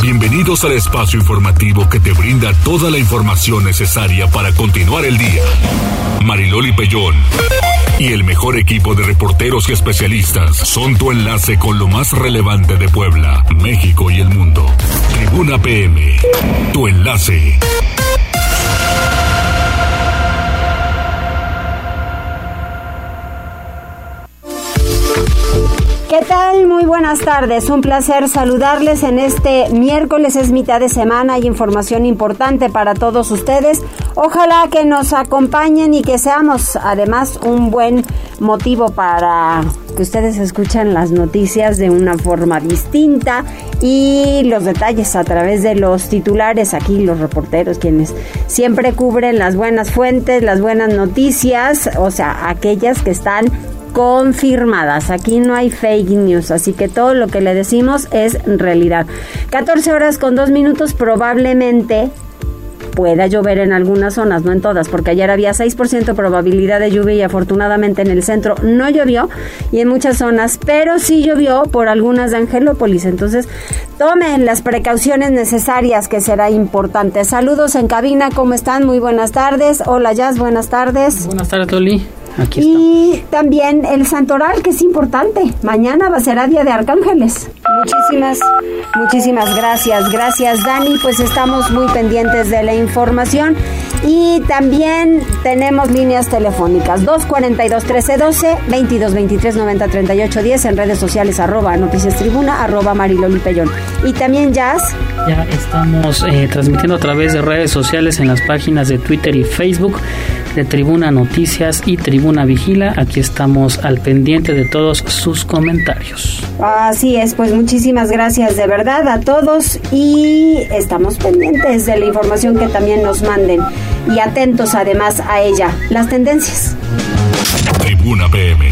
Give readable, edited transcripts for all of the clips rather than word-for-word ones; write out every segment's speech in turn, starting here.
Bienvenidos al espacio informativo que te brinda toda la información necesaria para continuar el día. Mariloli Pellón y el mejor equipo de reporteros y especialistas son tu enlace con lo más relevante de Puebla, México y el mundo. Tribuna PM, tu enlace. ¿Qué tal? Muy buenas tardes. Un placer saludarles en este miércoles, es mitad de semana, hay información importante para todos ustedes. Ojalá que nos acompañen y que seamos además un buen motivo para que ustedes escuchen las noticias de una forma distinta y los detalles a través de los titulares, aquí los reporteros, quienes siempre cubren las buenas fuentes, las buenas noticias, o sea, aquellas que están confirmadas. Aquí no hay fake news, así que todo lo que le decimos es realidad. 14 horas con 2 minutos, probablemente pueda llover en algunas zonas, no en todas, porque ayer había 6% probabilidad de lluvia y afortunadamente en el centro no llovió y en muchas zonas, pero sí llovió por algunas de Angelópolis. Entonces, tomen las precauciones necesarias, que será importante. Saludos en cabina, ¿cómo están? Muy buenas tardes. Hola, Jazz, buenas tardes. Buenas tardes, Loli. Aquí y también el santoral, que es importante. Mañana será Día de Arcángeles. Muchísimas gracias. Gracias, Dani. Pues estamos muy pendientes de la información. Y también tenemos líneas telefónicas 242-1312, 2223-903810, en redes sociales @Noticias Tribuna, @Mariloli Pellón. Y también Jazz. Ya estamos transmitiendo a través de redes sociales en las páginas de Twitter y Facebook de Tribuna Noticias y Tribuna Vigila. Aquí estamos al pendiente de todos sus comentarios. Así es, pues muchísimas gracias de verdad a todos y estamos pendientes de la información que también nos manden y atentos además a ella. Las tendencias. Tribuna PM.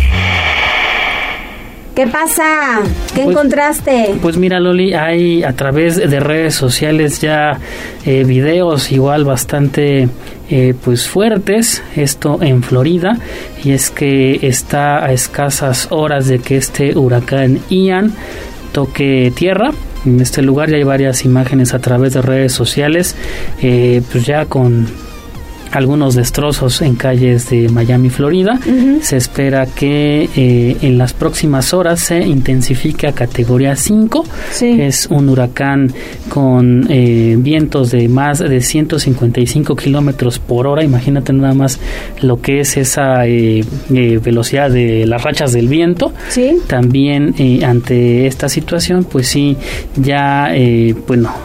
¿Qué pasa? ¿Qué encontraste? Pues mira, Loli, hay a través de redes sociales ya videos igual bastante pues fuertes, esto en Florida, y es que está a escasas horas de que este huracán Ian toque tierra. En este lugar ya hay varias imágenes a través de redes sociales, pues ya con algunos destrozos en calles de Miami, Florida. Uh-huh. Se espera que en las próximas horas se intensifique a categoría 5. Sí. Es un huracán con vientos de más de 155 kilómetros por hora. Imagínate nada más lo que es esa velocidad de las rachas del viento. Sí. También ante esta situación, pues sí, ya bueno,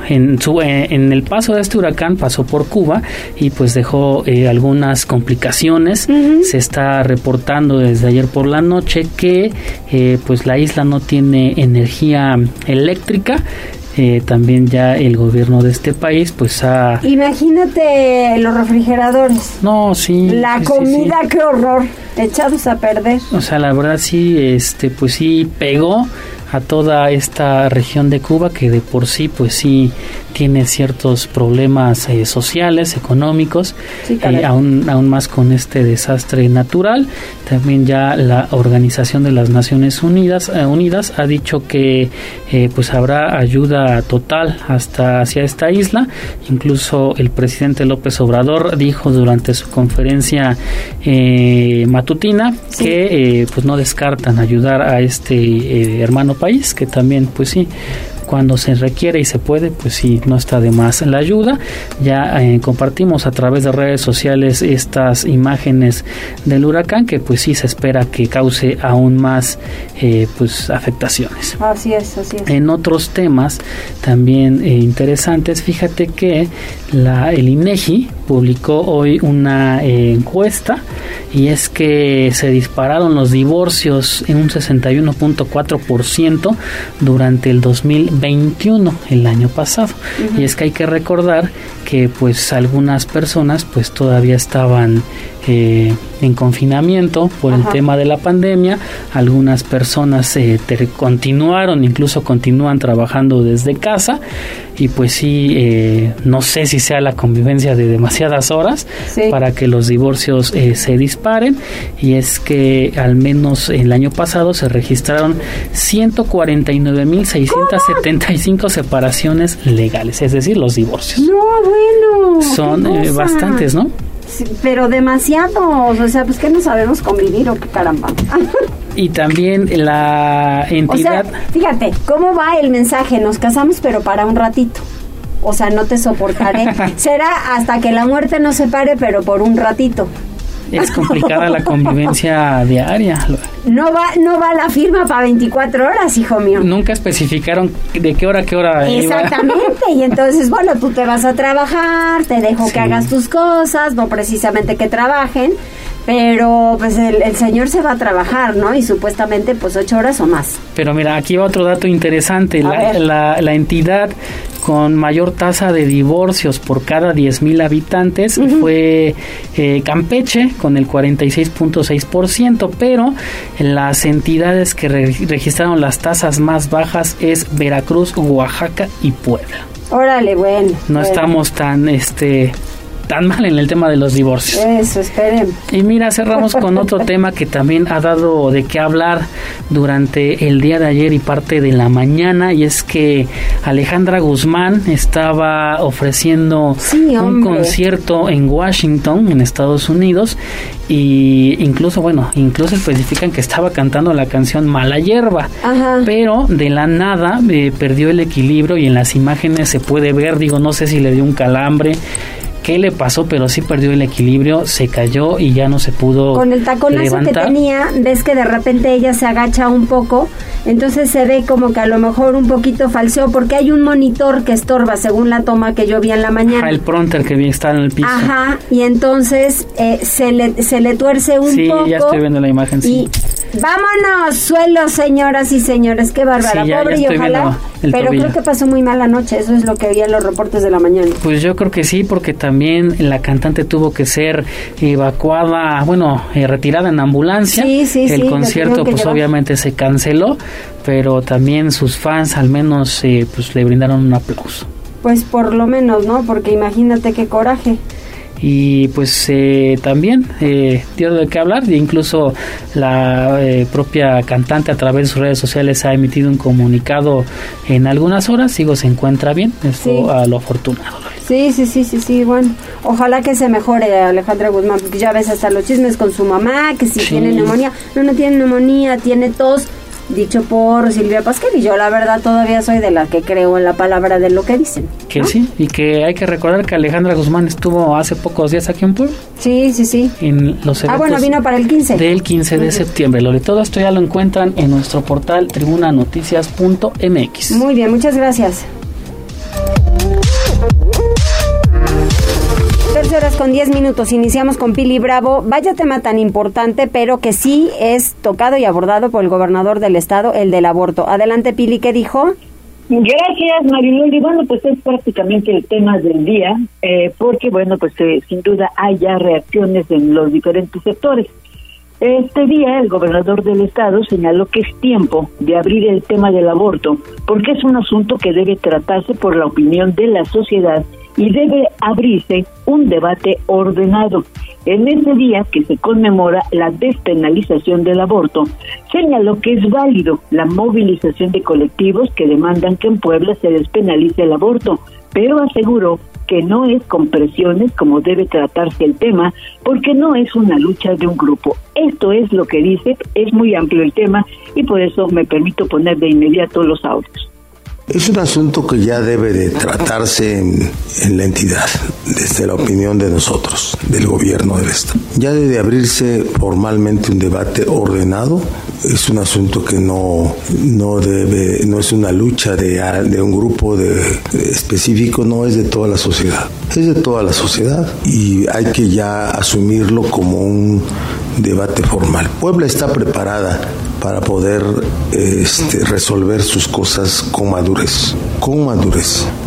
en el paso de este huracán pasó por Cuba y pues dejó algunas complicaciones. Uh-huh. Se está reportando desde ayer por la noche que pues la isla no tiene energía eléctrica. También ya el gobierno de este país pues ha... Imagínate los refrigeradores. No, sí. La comida, sí. Qué horror, echados a perder. O sea, la verdad sí, pues sí pegó a toda esta región de Cuba, que de por sí pues sí tiene ciertos problemas sociales, económicos, sí, aún más con este desastre natural. También ya la Organización de las Naciones Unidas ha dicho que pues habrá ayuda total hacia esta isla. Incluso el presidente López Obrador dijo durante su conferencia matutina, sí, que pues no descartan ayudar a este hermano país, que también pues sí, cuando se requiere y se puede, pues sí, no está de más la ayuda. Ya compartimos a través de redes sociales estas imágenes del huracán, que pues sí se espera que cause aún más pues afectaciones. Así es. En otros temas también interesantes, fíjate que el INEGI publicó hoy una encuesta, y es que se dispararon los divorcios en un 61.4% durante el 2021, el año pasado. Uh-huh. Y es que hay que recordar que pues algunas personas pues todavía estaban en confinamiento por el tema de la pandemia. Algunas personas incluso continúan trabajando desde casa, y pues sí, no sé si sea la convivencia de demasiadas horas para que los divorcios se disparen. Y es que al menos el año pasado se registraron 149,675 separaciones legales, es decir, los divorcios. No, bueno. Son bastantes, ¿no? Sí, pero demasiados, o sea, pues que no sabemos convivir o qué caramba. Y también la entidad... O sea, fíjate, ¿cómo va el mensaje? Nos casamos pero para un ratito. O sea, no te soportaré. Será hasta que la muerte nos separe, pero por un ratito. Es complicada la convivencia diaria. No va la firma para 24 horas, hijo mío. Nunca especificaron de qué hora Exactamente, y entonces, bueno, tú te vas a trabajar, te dejo que hagas tus cosas, no precisamente que trabajen, pero pues el señor se va a trabajar, ¿no? Y supuestamente pues 8 horas o más. Pero mira, aquí va otro dato interesante. La entidad con mayor tasa de divorcios por cada 10,000 habitantes fue Campeche, con el 46.6%, pero las entidades que registraron las tasas más bajas es Veracruz, Oaxaca y Puebla. Órale, bueno. No estamos tan mal en el tema de los divorcios. Eso, esperemos. Y mira, cerramos con otro tema que también ha dado de qué hablar durante el día de ayer y parte de la mañana, y es que Alejandra Guzmán estaba ofreciendo un concierto en Washington, en Estados Unidos, y incluso especifican que estaba cantando la canción Mala Hierba, pero de la nada perdió el equilibrio, y en las imágenes se puede ver, no sé si le dio un calambre, qué le pasó, pero sí perdió el equilibrio, se cayó y ya no se pudo con el taconazo levantar. Que tenía, ves que de repente ella se agacha un poco, entonces se ve como que a lo mejor un poquito falseó, porque hay un monitor que estorba según la toma que yo vi en la mañana. El prompter que está en el piso. Y entonces se le tuerce un poco. Sí, ya estoy viendo la imagen, y vámonos, suelo, señoras y señores, qué bárbara, pobre, y ojalá, pero tobillo. Creo que pasó muy mal anoche, eso es lo que vi en los reportes de la mañana. Pues yo creo que sí, porque también la cantante tuvo que ser evacuada, retirada en ambulancia. El concierto pues obviamente se canceló, pero también sus fans al menos pues le brindaron un aplauso. Pues por lo menos, ¿no? Porque imagínate qué coraje. Y pues también dio de qué hablar, e incluso la propia cantante a través de sus redes sociales ha emitido un comunicado en algunas horas. Se encuentra bien, a lo afortunado. Sí, bueno, ojalá que se mejore Alejandra Guzmán, porque ya ves hasta los chismes con su mamá, que si tiene neumonía, no tiene neumonía, tiene tos, dicho por Silvia Pasquel, y yo la verdad todavía soy de la que creo en la palabra de lo que dicen. Que sí, y que hay que recordar que Alejandra Guzmán estuvo hace pocos días aquí en Puebla. Sí. En los eventos vino para el 15. Del 15 de septiembre. Todo esto ya lo encuentran en nuestro portal tribunanoticias.mx. Muy bien, muchas gracias. 13:10. Iniciamos con Pili Bravo. Vaya tema tan importante, pero que sí es tocado y abordado por el gobernador del estado, el del aborto. Adelante, Pili, ¿qué dijo? Gracias, Mariloli. Bueno, pues es prácticamente el tema del día, porque, sin duda hay ya reacciones en los diferentes sectores. Este día el gobernador del estado señaló que es tiempo de abrir el tema del aborto, porque es un asunto que debe tratarse por la opinión de la sociedad y debe abrirse un debate ordenado. En este día que se conmemora la despenalización del aborto, señaló que es válido la movilización de colectivos que demandan que en Puebla se despenalice el aborto, pero aseguró que no es con presiones como debe tratarse el tema, porque no es una lucha de un grupo. Esto es lo que dice, es muy amplio el tema y por eso me permito poner de inmediato los audios. Es un asunto que ya debe de tratarse en la entidad, desde la opinión de nosotros, del gobierno del estado. Ya debe abrirse formalmente un debate ordenado. Es un asunto que no es una lucha de un grupo específico, no es de toda la sociedad. Es de toda la sociedad y hay que ya asumirlo como un debate formal. Puebla está preparada para poder resolver sus cosas con madurez.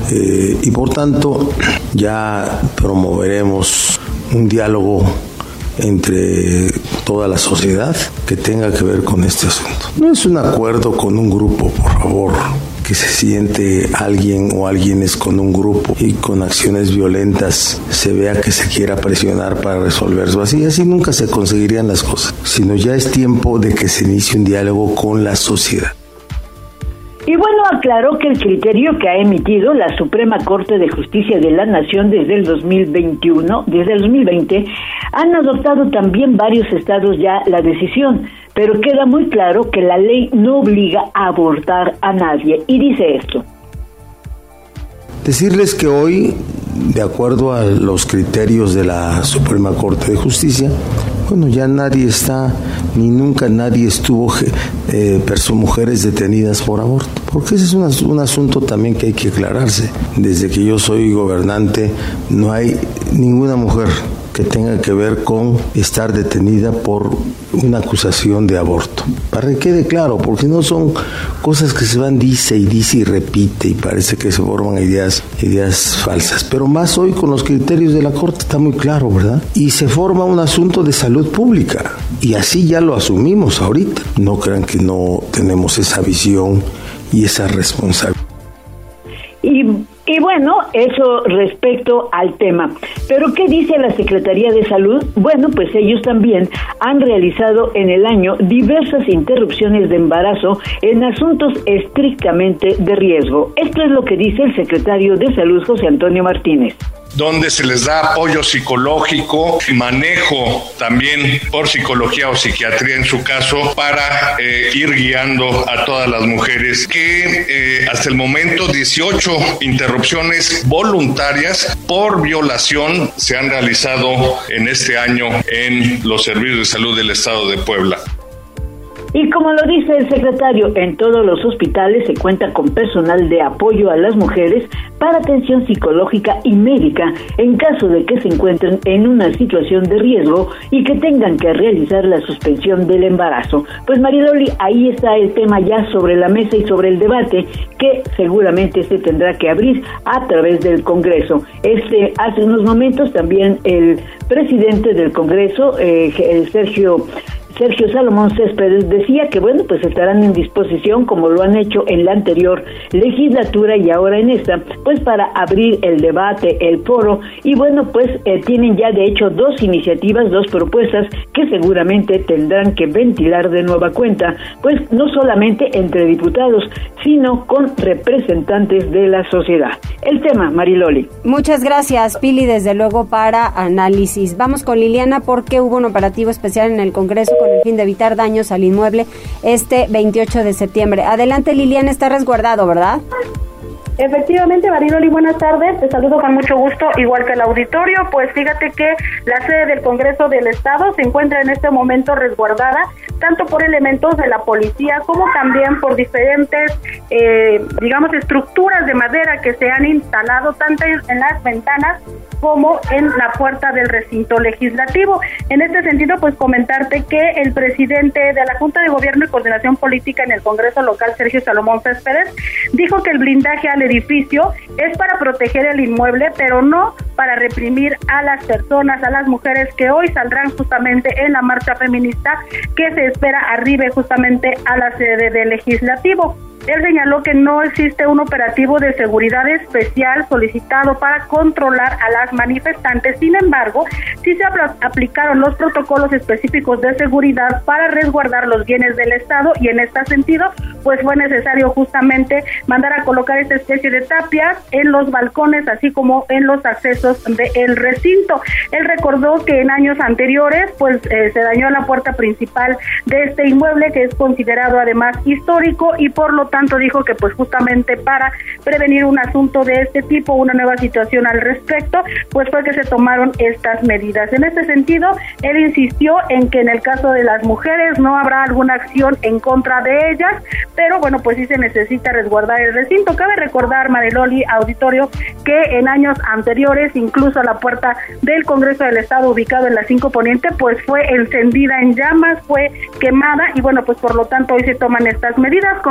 Y por tanto ya promoveremos un diálogo entre toda la sociedad que tenga que ver con este asunto. No es un acuerdo con un grupo, por favor, que se siente alguien o alguienes con un grupo y con acciones violentas se vea que se quiera presionar para resolverlo. Así nunca se conseguirían las cosas, sino ya es tiempo de que se inicie un diálogo con la sociedad. Y bueno, aclaró que el criterio que ha emitido la Suprema Corte de Justicia de la Nación desde el 2020, han adoptado también varios estados ya la decisión, pero queda muy claro que la ley no obliga a abortar a nadie. Y dice esto. Decirles que hoy, de acuerdo a los criterios de la Suprema Corte de Justicia, bueno, ya nadie está, ni nunca nadie estuvo, mujeres detenidas por aborto, porque ese es un asunto también que hay que aclararse. Desde que yo soy gobernante, no hay ninguna mujer que tenga que ver con estar detenida por una acusación de aborto. Para que quede claro, porque no son cosas que se van dice y repite y parece que se forman ideas falsas. Pero más hoy con los criterios de la Corte está muy claro, ¿verdad? Y se forma un asunto de salud pública y así ya lo asumimos ahorita. No crean que no tenemos esa visión y esa responsabilidad. Y bueno, eso respecto al tema. ¿Pero qué dice la Secretaría de Salud? Bueno, pues ellos también han realizado en el año diversas interrupciones de embarazo en asuntos estrictamente de riesgo. Esto es lo que dice el secretario de Salud, José Antonio Martínez. Donde se les da apoyo psicológico, manejo también por psicología o psiquiatría en su caso, para ir guiando a todas las mujeres que hasta el momento 18 interrupciones voluntarias por violación se han realizado en este año en los servicios de salud del estado de Puebla. Y como lo dice el secretario, en todos los hospitales se cuenta con personal de apoyo a las mujeres para atención psicológica y médica en caso de que se encuentren en una situación de riesgo y que tengan que realizar la suspensión del embarazo. Pues Mariloli, ahí está el tema ya sobre la mesa y sobre el debate que seguramente se tendrá que abrir a través del Congreso. Hace unos momentos también el presidente del Congreso, Sergio Salomón Céspedes, decía que bueno, pues estarán en disposición, como lo han hecho en la anterior legislatura y ahora en esta, pues para abrir el debate, el foro, y bueno, pues tienen ya de hecho dos iniciativas, dos propuestas que seguramente tendrán que ventilar de nueva cuenta, pues no solamente entre diputados, sino con representantes de la sociedad. El tema, Mariloli. Muchas gracias, Pili, desde luego para análisis. Vamos con Liliana porque hubo un operativo especial en el Congreso con el fin de evitar daños al inmueble este 28 de septiembre. Adelante, Liliana, está resguardado, ¿verdad? Efectivamente, Mariloli, buenas tardes, te saludo con mucho gusto, igual que el auditorio. Pues fíjate que la sede del Congreso del Estado se encuentra en este momento resguardada, tanto por elementos de la policía como también por diferentes, estructuras de madera que se han instalado tanto en las ventanas como en la puerta del recinto legislativo. En este sentido, pues comentarte que el presidente de la Junta de Gobierno y Coordinación Política en el Congreso local, Sergio Salomón Céspedes, dijo que el blindaje al edificio es para proteger el inmueble, pero no para reprimir a las personas, a las mujeres que hoy saldrán justamente en la marcha feminista que se espera arribe justamente a la sede del legislativo. Él señaló que no existe un operativo de seguridad especial solicitado para controlar a las manifestantes. Sin embargo, sí se aplicaron los protocolos específicos de seguridad para resguardar los bienes del Estado, y en este sentido, pues fue necesario justamente mandar a colocar esta especie de tapias en los balcones, así como en los accesos del recinto. Él recordó que en años anteriores, pues se dañó la puerta principal de este inmueble, que es considerado además histórico, y por lo tanto dijo que pues justamente para prevenir un asunto de este tipo, una nueva situación al respecto, pues fue que se tomaron estas medidas. En este sentido, él insistió en que en el caso de las mujeres no habrá alguna acción en contra de ellas, pero bueno, pues sí se necesita resguardar el recinto. Cabe recordar, Mariloli, auditorio, que en años anteriores, incluso la puerta del Congreso del Estado, ubicado en la 5 Poniente, pues fue encendida en llamas, fue quemada, y bueno, pues por lo tanto hoy se toman estas medidas. Comentarte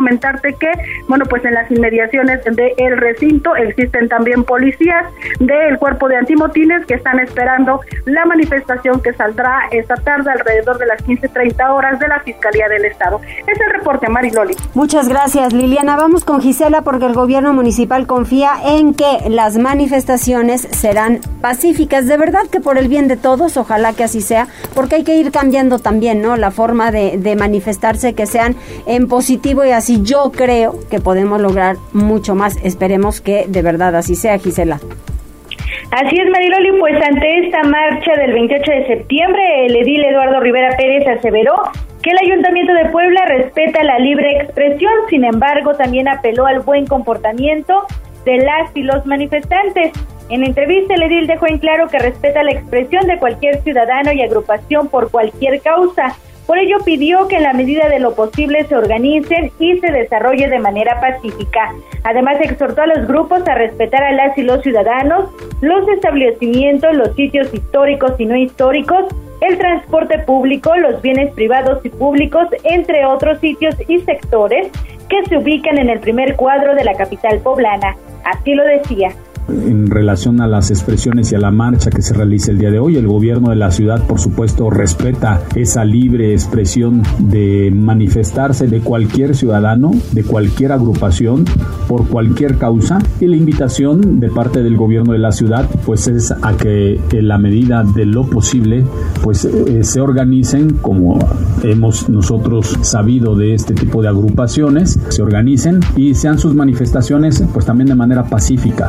comentarte que, bueno, pues en las inmediaciones del recinto existen también policías del Cuerpo de Antimotines que están esperando la manifestación que saldrá esta tarde alrededor de las 15:30 horas de la Fiscalía del Estado. Es el reporte, Mariloli. Muchas gracias, Liliana. Vamos con Gisela porque el gobierno municipal confía en que las manifestaciones serán pacíficas. De verdad que por el bien de todos, ojalá que así sea, porque hay que ir cambiando también, ¿no?, la forma de manifestarse, que sean en positivo, y así yo creo que podemos lograr mucho más. Esperemos que de verdad así sea, Gisela. Así es, Mariloli, pues ante esta marcha del 28 de septiembre, el edil Eduardo Rivera Pérez aseveró que el Ayuntamiento de Puebla respeta la libre expresión. Sin embargo, también apeló al buen comportamiento de las y los manifestantes. En entrevista, el edil dejó en claro que respeta la expresión de cualquier ciudadano y agrupación por cualquier causa. Por ello, pidió que en la medida de lo posible se organicen y se desarrolle de manera pacífica. Además, exhortó a los grupos a respetar a las y los ciudadanos, los establecimientos, los sitios históricos y no históricos, el transporte público, los bienes privados y públicos, entre otros sitios y sectores que se ubican en el primer cuadro de la capital poblana. Así lo decía. En relación a las expresiones y a la marcha que se realiza el día de hoy, el gobierno de la ciudad, por supuesto, respeta esa libre expresión de manifestarse de cualquier ciudadano, de cualquier agrupación, por cualquier causa, y la invitación de parte del gobierno de la ciudad pues es a que en la medida de lo posible pues se organicen, como hemos nosotros sabido de este tipo de agrupaciones, se organicen y sean sus manifestaciones pues también de manera pacífica.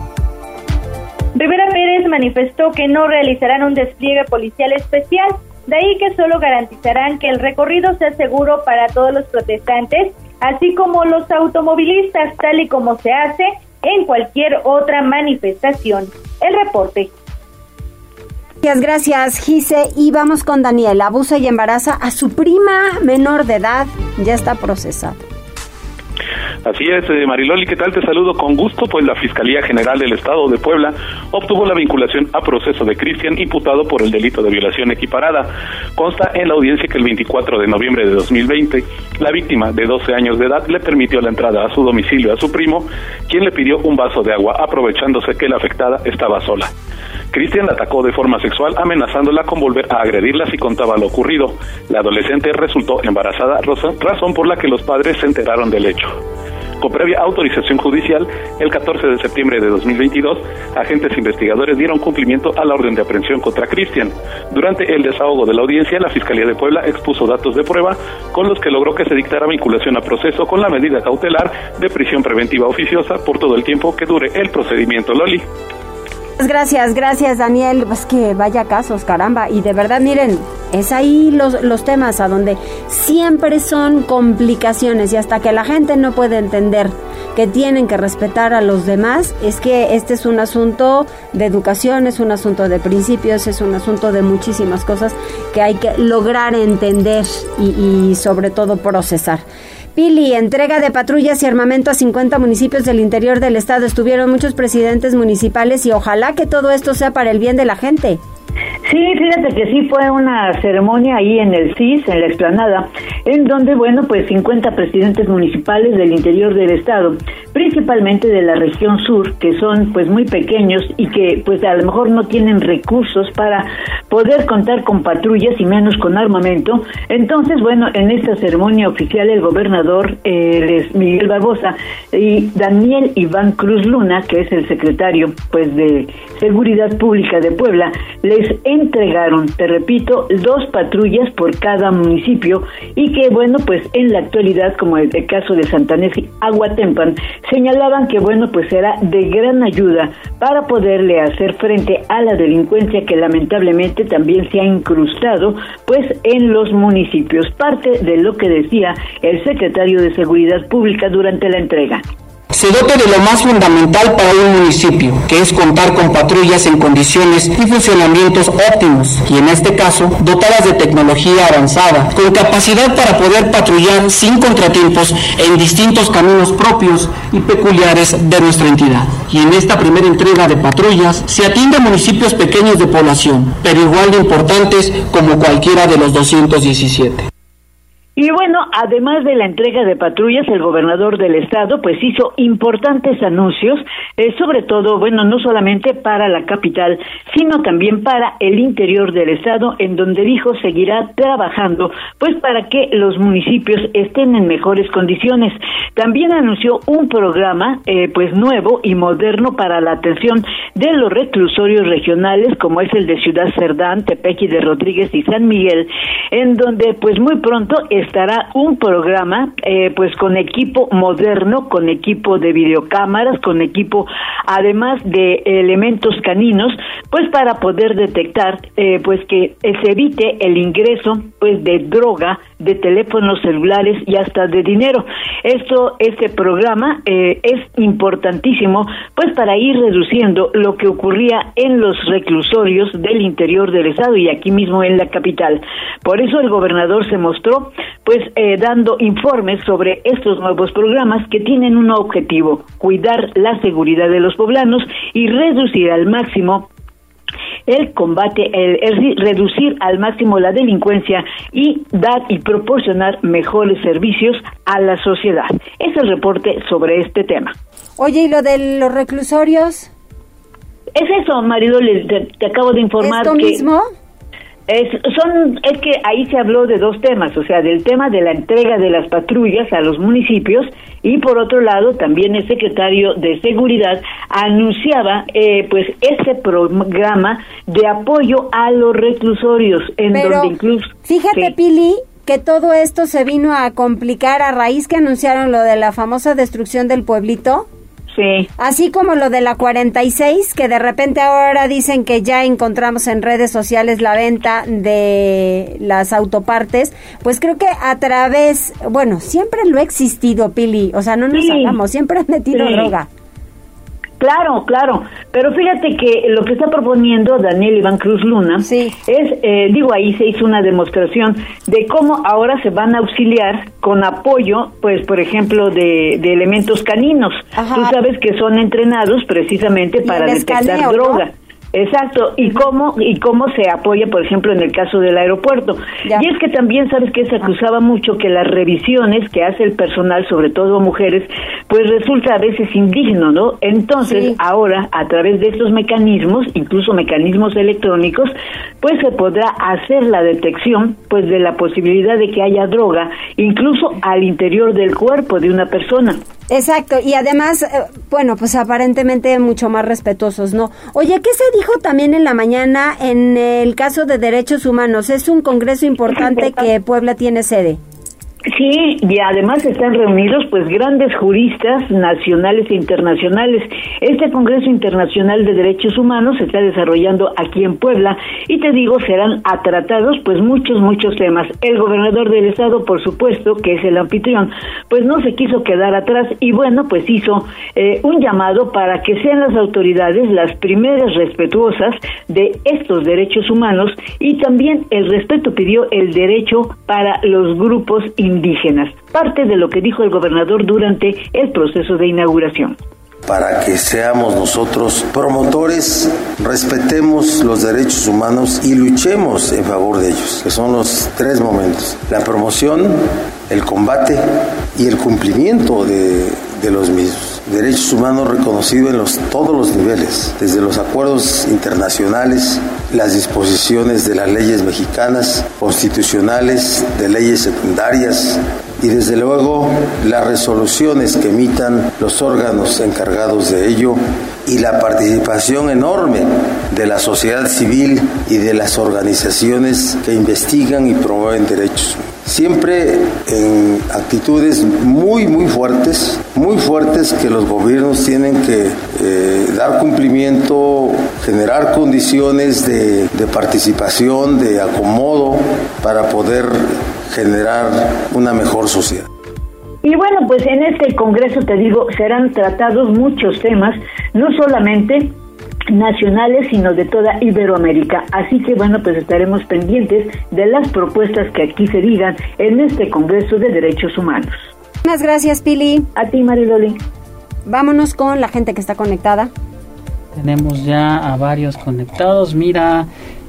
Rivera Pérez manifestó que no realizarán un despliegue policial especial, de ahí que solo garantizarán que el recorrido sea seguro para todos los protestantes, así como los automovilistas, tal y como se hace en cualquier otra manifestación. El reporte. Gracias, Gise. Y vamos con Daniel. Abusa y embaraza a su prima menor de edad. Ya está procesado. Así es, Mariloli, ¿qué tal? Te saludo con gusto, pues la Fiscalía General del Estado de Puebla obtuvo la vinculación a proceso de Cristian, imputado por el delito de violación equiparada. Consta en la audiencia que el 24 de noviembre de 2020, la víctima de 12 años de edad le permitió la entrada a su domicilio a su primo, quien le pidió un vaso de agua, aprovechándose que la afectada estaba sola. Cristian la atacó de forma sexual, amenazándola con volver a agredirla si contaba lo ocurrido. La adolescente resultó embarazada, razón por la que los padres se enteraron del hecho. Con previa autorización judicial, el 14 de septiembre de 2022, agentes investigadores dieron cumplimiento a la orden de aprehensión contra Cristian. Durante el desahogo de la audiencia, la Fiscalía de Puebla expuso datos de prueba con los que logró que se dictara vinculación a proceso con la medida cautelar de prisión preventiva oficiosa por todo el tiempo que dure el procedimiento. Loli. Gracias, Daniel. Pues que vaya casos, caramba. Y de verdad, miren, es ahí los temas a donde siempre son complicaciones, y hasta que la gente no puede entender que tienen que respetar a los demás, es que este es un asunto de educación, es un asunto de principios, es un asunto de muchísimas cosas que hay que lograr entender y sobre todo procesar. Pili, entrega de patrullas y armamento a 50 municipios del interior del estado. Estuvieron muchos presidentes municipales y ojalá que todo esto sea para el bien de la gente. Sí, fíjate que sí fue una ceremonia ahí en el CIS, en la explanada, en donde, bueno, pues 50 presidentes municipales del interior del estado, principalmente de la región sur, que son pues muy pequeños y que pues a lo mejor no tienen recursos para poder contar con patrullas y menos con armamento. Entonces, bueno, en esta ceremonia oficial el gobernador Miguel Barbosa y Daniel Iván Cruz Luna, que es el secretario pues de Seguridad Pública de Puebla, les entregaron, te repito, 2 patrullas por cada municipio, y que bueno, pues en la actualidad, como el caso de Santanés y Aguatempan, señalaban que bueno, pues será de gran ayuda para poderle hacer frente a la delincuencia que lamentablemente también se ha incrustado pues en los municipios. Parte de lo que decía el secretario de Seguridad Pública durante la entrega. Se dote de lo más fundamental para un municipio, que es contar con patrullas en condiciones y funcionamientos óptimos, y en este caso, dotadas de tecnología avanzada, con capacidad para poder patrullar sin contratiempos en distintos caminos propios y peculiares de nuestra entidad. Y en esta primera entrega de patrullas, se atiende a municipios pequeños de población, pero igual de importantes como cualquiera de los 217. Y bueno, además de la entrega de patrullas, el gobernador del estado pues hizo importantes anuncios, sobre todo, bueno, no solamente para la capital, sino también para el interior del estado, en donde dijo seguirá trabajando pues para que los municipios estén en mejores condiciones. También anunció un programa pues nuevo y moderno para la atención de los reclusorios regionales, como es el de Ciudad Cerdán, Tepeji de Rodríguez y San Miguel, en donde pues muy pronto estará un programa pues con equipo moderno, con equipo de videocámaras, con equipo además de elementos caninos, pues para poder detectar pues que se evite el ingreso pues de droga, de teléfonos celulares y hasta de dinero. Este programa es importantísimo pues para ir reduciendo lo que ocurría en los reclusorios del interior del estado y aquí mismo en la capital. Por eso el gobernador se mostró pues dando informes sobre estos nuevos programas que tienen un objetivo: cuidar la seguridad de los poblanos y reducir al máximo el combate, reducir al máximo la delincuencia y dar y proporcionar mejores servicios a la sociedad. Es el reporte sobre este tema. Oye, ¿y lo de los reclusorios? Es eso, Maridol, te acabo de informar. ¿Esto mismo? Es que ahí se habló de dos temas, o sea, del tema de la entrega de las patrullas a los municipios y por otro lado también el secretario de Seguridad anunciaba pues ese programa de apoyo a los reclusorios en donde incluso... Fíjate, sí. Pili, que todo esto se vino a complicar a raíz que anunciaron lo de la famosa destrucción del pueblito. Sí. Así como lo de la 46, que de repente ahora dicen que ya encontramos en redes sociales la venta de las autopartes, pues creo que a través, bueno, siempre lo ha existido, Pili, o sea, no nos hagamos, siempre han metido droga. Claro, pero fíjate que lo que está proponiendo Daniel Iván Cruz Luna es, ahí se hizo una demostración de cómo ahora se van a auxiliar con apoyo, pues, por ejemplo, de elementos caninos. Ajá. Tú sabes que son entrenados precisamente para detectar droga. ¿No? Exacto, y cómo se apoya, por ejemplo, en el caso del aeropuerto. Ya. Y es que también sabes que se acusaba mucho que las revisiones que hace el personal, sobre todo mujeres, pues resulta a veces indigno, ¿no? Entonces, ahora, a través de estos mecanismos, incluso mecanismos electrónicos, pues se podrá hacer la detección, pues, de la posibilidad de que haya droga, incluso al interior del cuerpo de una persona. Exacto, y además, bueno, pues aparentemente mucho más respetuosos, ¿no? Oye, ¿qué se dijo también en la mañana en el caso de derechos humanos? Es un congreso importante que Puebla tiene sede. Sí, y además están reunidos pues grandes juristas nacionales e internacionales. Este Congreso Internacional de Derechos Humanos se está desarrollando aquí en Puebla y te digo, serán tratados pues muchos temas. El gobernador del estado, por supuesto, que es el anfitrión, pues no se quiso quedar atrás y bueno, pues hizo un llamado para que sean las autoridades las primeras respetuosas de estos derechos humanos y también el respeto pidió el derecho para los grupos indígenas, parte de lo que dijo el gobernador durante el proceso de inauguración. Para que seamos nosotros promotores, respetemos los derechos humanos y luchemos en favor de ellos, que son los tres momentos: la promoción, el combate y el cumplimiento de los mismos. Derechos humanos reconocidos en todos los niveles, desde los acuerdos internacionales, las disposiciones de las leyes mexicanas, constitucionales, de leyes secundarias y desde luego las resoluciones que emitan los órganos encargados de ello y la participación enorme de la sociedad civil y de las organizaciones que investigan y promueven derechos. Siempre en actitudes muy fuertes que los gobiernos tienen que dar cumplimiento, generar condiciones de participación, de acomodo para poder generar una mejor sociedad. Y bueno, pues en este congreso, te digo, serán tratados muchos temas, no solamente nacionales, sino de toda Iberoamérica. Así que bueno, pues estaremos pendientes de las propuestas que aquí se digan en este Congreso de Derechos Humanos. Muchas gracias, Pili. A ti, Mariloli. Vámonos con la gente que está conectada. Tenemos ya a varios conectados. Mira,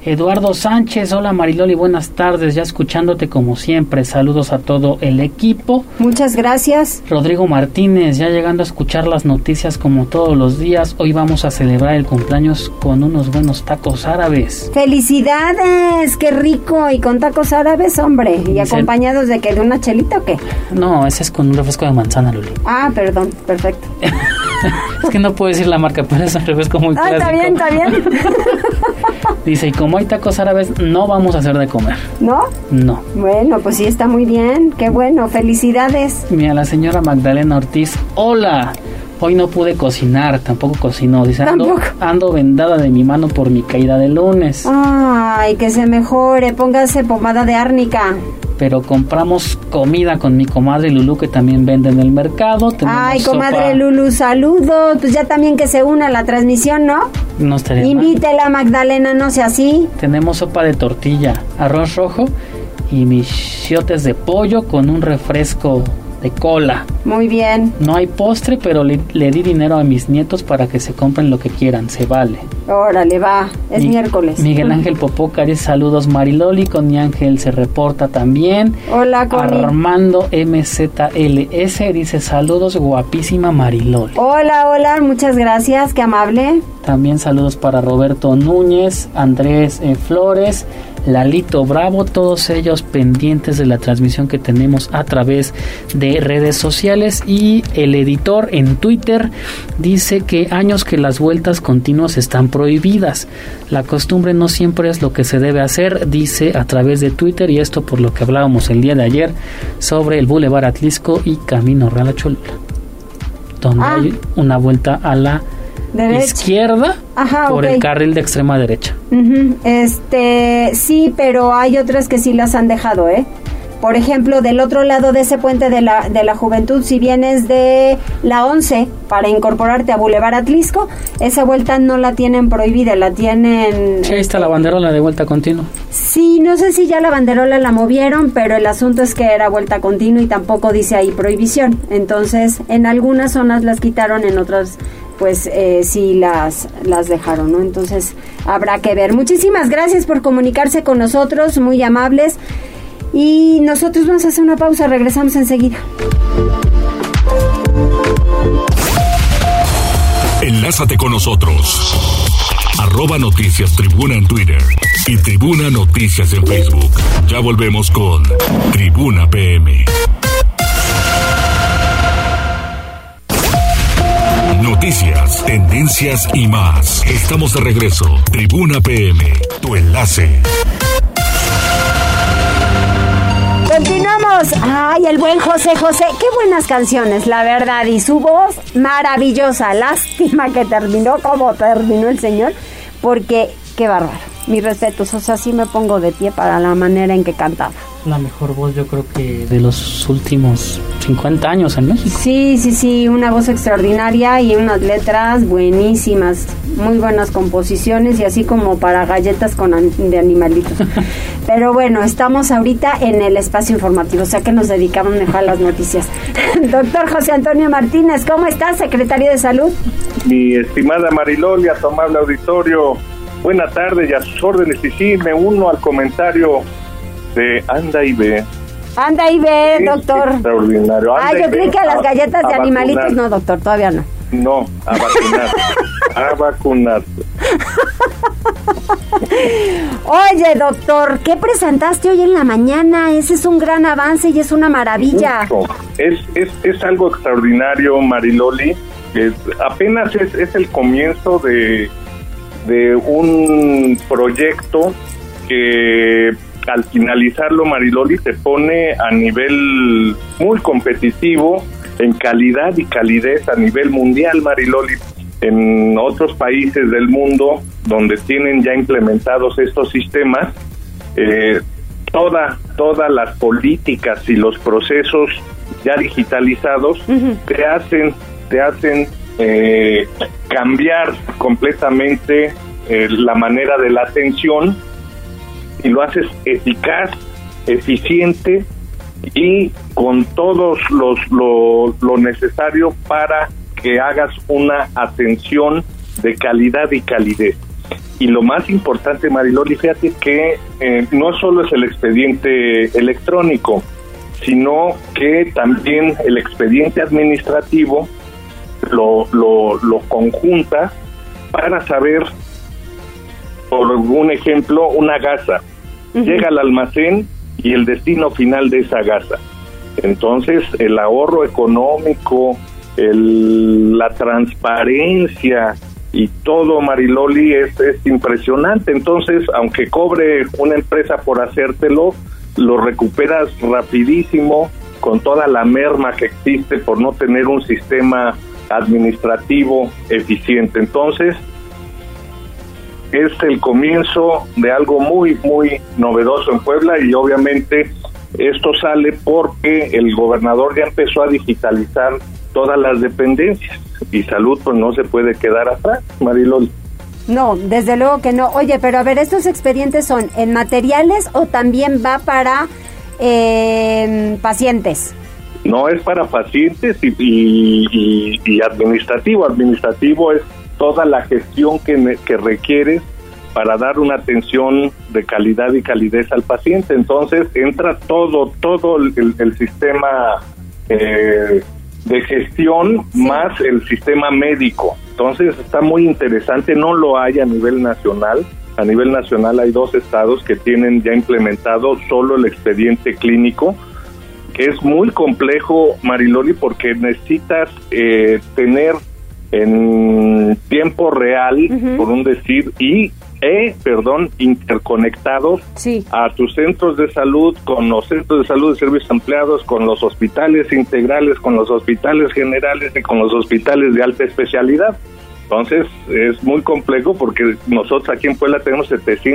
Eduardo Sánchez, hola Mariloli, buenas tardes, ya escuchándote como siempre, saludos a todo el equipo. Muchas gracias. Rodrigo Martínez, ya llegando a escuchar las noticias como todos los días, hoy vamos a celebrar el cumpleaños con unos buenos tacos árabes. ¡Felicidades! ¡Qué rico! Y con tacos árabes, hombre, ¿y acompañados de qué? ¿De una chelita o qué? No, ese es con un refresco de manzana, Luli. Ah, perdón, perfecto. Es que no puedo decir la marca, pero es un refresco muy clásico. Está bien. Dice, y como hay tacos árabes, no vamos a hacer de comer. ¿No? No. Bueno, pues sí, está muy bien. Qué bueno, felicidades. Mira, la señora Magdalena Ortiz, hola. Hoy no pude cocinar, tampoco cocinó. Dice, ando vendada de mi mano por mi caída de lunes. Ay, que se mejore, póngase pomada de árnica. Pero compramos comida con mi comadre Lulú, que también vende en el mercado. Ay, comadre Lulú, saludos. Pues ya también que se una a la transmisión, ¿no? No estaría mal. Invítela, Magdalena, no sea así. Tenemos sopa de tortilla, arroz rojo y michiotes de pollo con un refresco de cola. Muy bien. No hay postre, pero le di dinero a mis nietos para que se compren lo que quieran, se vale. Órale, va, es miércoles. Miguel Ángel Popoca dice, saludos Mariloli, Connie Ángel se reporta también. Hola, Connie. Armando MZLS dice, saludos guapísima Mariloli. Hola, muchas gracias, qué amable. También saludos para Roberto Núñez, Andrés Flores, Lalito Bravo, todos ellos pendientes de la transmisión que tenemos a través de redes sociales. Y el editor en Twitter dice que años que las vueltas continuas están prohibidas. La costumbre no siempre es lo que se debe hacer, dice a través de Twitter, y esto por lo que hablábamos el día de ayer sobre el Boulevard Atlisco y Camino Real a Cholula, donde hay una vuelta a la derecha, izquierda. Ajá, por el carril de extrema derecha. Sí, pero hay otras que sí las han dejado, Por ejemplo, del otro lado de ese puente de la Juventud, si vienes de la 11 para incorporarte a Boulevard Atlisco, esa vuelta no la tienen prohibida, la tienen... Sí, ahí está la banderola de vuelta continua. Sí, no sé si ya la banderola la movieron, pero el asunto es que era vuelta continua y tampoco dice ahí prohibición. Entonces, en algunas zonas las quitaron, en otras pues sí las dejaron, ¿no? Entonces, habrá que ver. Muchísimas gracias por comunicarse con nosotros, muy amables. Y nosotros vamos a hacer una pausa, regresamos enseguida. Enlázate con nosotros. @Noticias Tribuna en Twitter y Tribuna Noticias en Facebook. Ya volvemos con Tribuna PM. Noticias, tendencias y más. Estamos de regreso. Tribuna PM, tu enlace. Continuamos. Ay, el buen José. Qué buenas canciones, la verdad. Y su voz maravillosa. Lástima que terminó como terminó el señor. Porque, qué bárbaro. Mis respetos. O sea, sí me pongo de pie para la manera en que cantaba. La mejor voz, yo creo que de los últimos 50 años en México. Sí. Una voz extraordinaria y unas letras buenísimas. Muy buenas composiciones y así como para galletas de animalitos. Pero bueno, estamos ahorita en el espacio informativo, o sea que nos dedicamos mejor a las noticias. Doctor José Antonio Martínez, ¿cómo está, secretario de Salud? Mi estimada Mariloli, a tu amable auditorio, buena tarde y a sus órdenes. Y sí, me uno al comentario de Anda y Ve. Anda y ve, sí, doctor. Extraordinario. Yo creí que a las galletas de animalitos no, doctor, todavía no. No, a vacunar. A vacunar. Oye, doctor, ¿qué presentaste hoy en la mañana? Ese es un gran avance y es una maravilla. Es algo extraordinario, Mariloli. Apenas es el comienzo de un proyecto que al finalizarlo, Mariloli, se pone a nivel muy competitivo en calidad y calidez a nivel mundial, Mariloli. En otros países del mundo donde tienen ya implementados estos sistemas, todas las políticas y los procesos ya digitalizados te hacen cambiar completamente la manera de la atención, y lo haces eficaz, eficiente y con todos lo necesario para que hagas una atención de calidad y calidez. Y lo más importante, Mariloli, fíjate que no solo es el expediente electrónico, sino que también el expediente administrativo lo conjunta para saber, por un ejemplo, una gasa. Llega al almacén y el destino final de esa gasa. Entonces, el ahorro económico, la transparencia y todo, Mariloli, es impresionante. Entonces, aunque cobre una empresa por hacértelo, lo recuperas rapidísimo, con toda la merma que existe por no tener un sistema administrativo eficiente. Entonces, es el comienzo de algo muy, muy novedoso en Puebla, y obviamente esto sale porque el gobernador ya empezó a digitalizar todas las dependencias, y salud pues no se puede quedar atrás, Mariloli. No, desde luego que no. Oye, pero a ver, ¿estos expedientes son en materiales o también va para pacientes? No, es para pacientes y administrativo. Administrativo es toda la gestión que requieres para dar una atención de calidad y calidez al paciente. Entonces entra todo el sistema de gestión, sí, más el sistema médico. Entonces está muy interesante. No lo hay a nivel nacional. A nivel nacional hay 2 estados que tienen ya implementado solo el expediente clínico, que es muy complejo, Mariloli, porque necesitas tener en tiempo real, por un decir, interconectados, sí, a tus centros de salud, con los centros de salud de servicios ampliados, con los hospitales integrales, con los hospitales generales y con los hospitales de alta especialidad. Entonces es muy complejo porque nosotros aquí en Puebla tenemos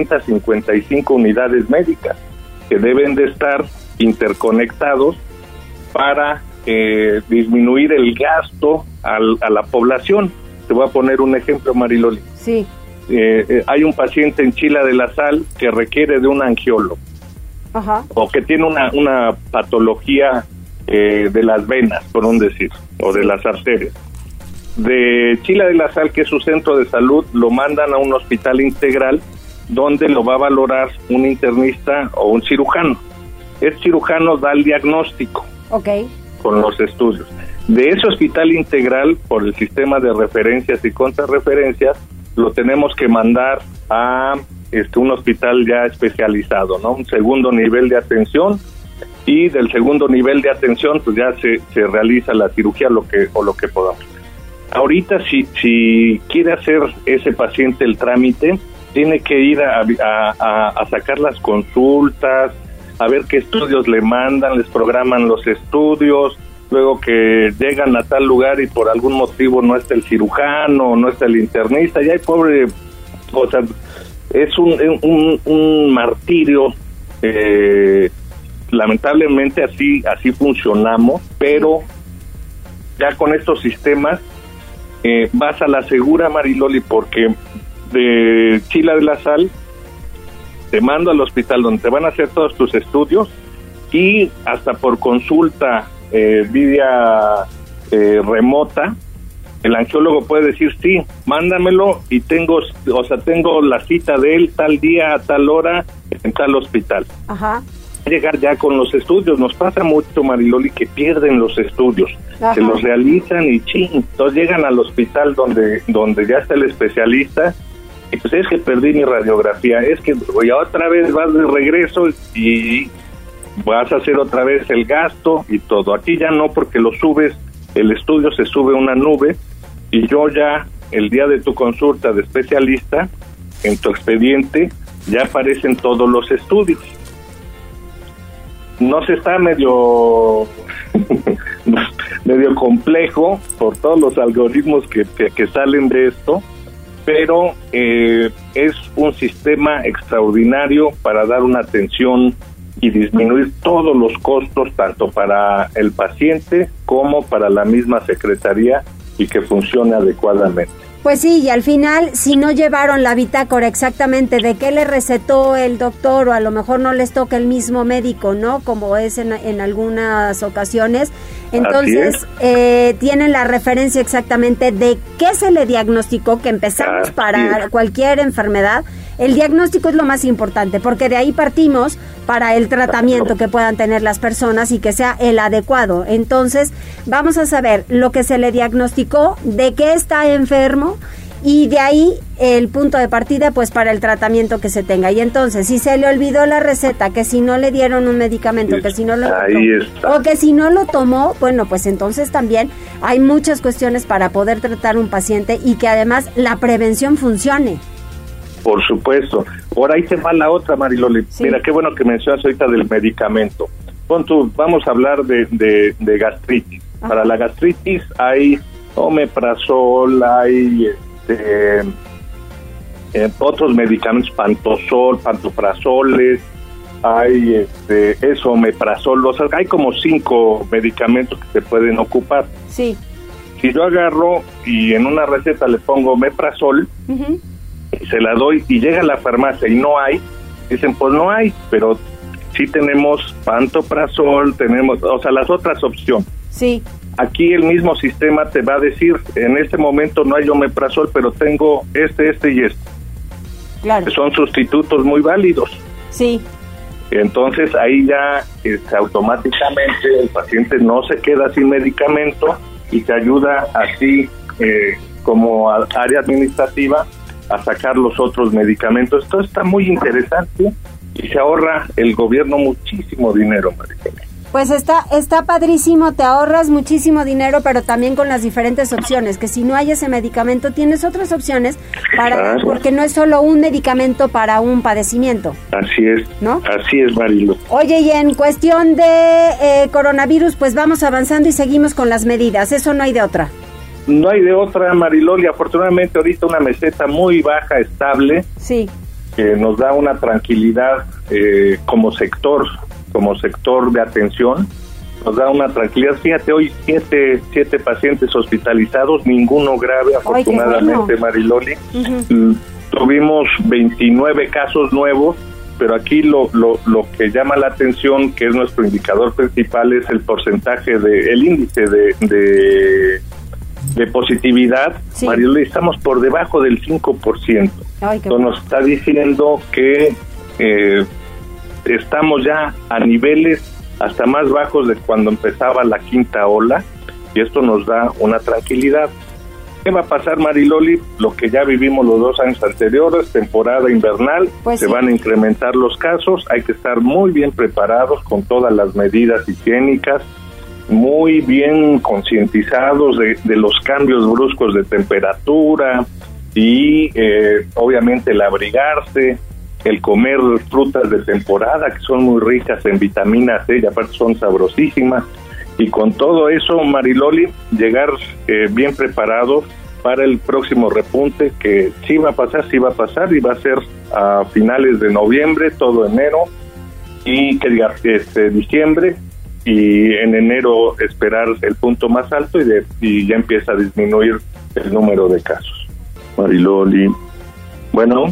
755 unidades médicas que deben de estar interconectados para disminuir el gasto a la población. Te voy a poner un ejemplo, Mariloli. Sí. Hay un paciente en Chila de la Sal que requiere de un angiólogo. Ajá. O que tiene una patología de las venas, por un decir, o de las arterias. De Chila de la Sal, que es su centro de salud, lo mandan a un hospital integral donde lo va a valorar un internista o un cirujano. El cirujano da el diagnóstico, okay, con los estudios. De ese hospital integral, por el sistema de referencias y contrarreferencias, lo tenemos que mandar a un hospital ya especializado, ¿no? Un segundo nivel de atención, y del segundo nivel de atención pues ya se realiza la cirugía, lo que podamos. Ahorita si quiere hacer ese paciente el trámite, tiene que ir a sacar las consultas, a ver qué estudios le mandan, les programan los estudios, luego que llegan a tal lugar y por algún motivo no está el cirujano, no está el internista, ya hay pobre, o sea, es un martirio. Lamentablemente así funcionamos, pero ya con estos sistemas vas a la segura, Mariloli, porque de Chila de la Sal te mando al hospital donde te van a hacer todos tus estudios, y hasta por consulta vía remota, el angiólogo puede decir, sí, mándamelo, y tengo la cita de él tal día, a tal hora, en tal hospital. Ajá. Llegar ya con los estudios. Nos pasa mucho, Mariloli, que pierden los estudios. Ajá. Se los realizan y entonces llegan al hospital donde ya está el especialista, y pues es que perdí mi radiografía, es que otra vez vas de regreso y vas a hacer otra vez el gasto y todo. Aquí ya no, porque lo subes, el estudio se sube a una nube, y yo ya el día de tu consulta de especialista, en tu expediente ya aparecen todos los estudios. No se está medio complejo por todos los algoritmos que salen de esto, pero es un sistema extraordinario para dar una atención y disminuir todos los costos, tanto para el paciente como para la misma secretaría, y que funcione adecuadamente. Pues sí, y al final, si no llevaron la bitácora exactamente de qué le recetó el doctor, o a lo mejor no les toca el mismo médico, ¿no? Como es en algunas ocasiones, Entonces, tienen la referencia exactamente de qué se le diagnosticó, que empezamos para cualquier enfermedad. El diagnóstico es lo más importante, porque de ahí partimos para el tratamiento que puedan tener las personas y que sea el adecuado. Entonces, vamos a saber lo que se le diagnosticó, de qué está enfermo, y de ahí el punto de partida pues para el tratamiento que se tenga. Y entonces, si se le olvidó la receta, que si no le dieron un medicamento, que si no lo tomó, o que si no lo tomó, bueno, pues entonces también hay muchas cuestiones para poder tratar un paciente y que además la prevención funcione. Por supuesto. Por ahí se va la otra, Mariloli. Sí. Mira, qué bueno que mencionas ahorita del medicamento. Vamos a hablar de gastritis. Ajá. Para la gastritis hay omeprazol, hay otros medicamentos, pantoprazoles, hay omeprazol, o sea, hay como 5 medicamentos que se pueden ocupar. Sí. Si yo agarro y en una receta le pongo omeprazol, y se la doy y llega a la farmacia y no hay, dicen pues no hay, pero sí tenemos pantoprazol, tenemos, o sea, las otras opciones. Sí. Aquí el mismo sistema te va a decir, en este momento no hay omeprazol, pero tengo este y este. Claro. Son sustitutos muy válidos. Sí. Entonces ahí ya automáticamente el paciente no se queda sin medicamento y te ayuda así como área administrativa a sacar los otros medicamentos. Esto está muy interesante y se ahorra el gobierno muchísimo dinero, María. Pues está padrísimo, te ahorras muchísimo dinero, pero también con las diferentes opciones, que si no hay ese medicamento, tienes otras opciones porque no es solo un medicamento para un padecimiento. Así es, ¿no? Así es, Marilo. Oye, y en cuestión de coronavirus, pues vamos avanzando y seguimos con las medidas, eso no hay de otra. No hay de otra, Mariloli, afortunadamente ahorita una meseta muy baja, estable, sí, que nos da una tranquilidad como sector de atención, nos da una tranquilidad. Fíjate, hoy siete pacientes hospitalizados, ninguno grave, afortunadamente, bueno. Mariloli. Tuvimos 29 casos nuevos, pero aquí lo que llama la atención, que es nuestro indicador principal, es el porcentaje el índice de positividad. Sí. Mariloli, estamos por debajo del 5%. Esto nos está diciendo que estamos ya a niveles hasta más bajos de cuando empezaba la quinta ola, y esto nos da una tranquilidad. ¿Qué va a pasar, Mariloli? Lo que ya vivimos los 2 años anteriores, temporada invernal, pues se van a incrementar los casos, hay que estar muy bien preparados con todas las medidas higiénicas, muy bien concientizados de los cambios bruscos de temperatura y obviamente el abrigarse, el comer frutas de temporada que son muy ricas en vitamina C y aparte son sabrosísimas, y con todo eso, Mariloli, llegar bien preparados para el próximo repunte que sí va a pasar y va a ser a finales de noviembre, todo enero y diciembre, y en enero esperar el punto más alto y ya empieza a disminuir el número de casos. Mariloli, bueno.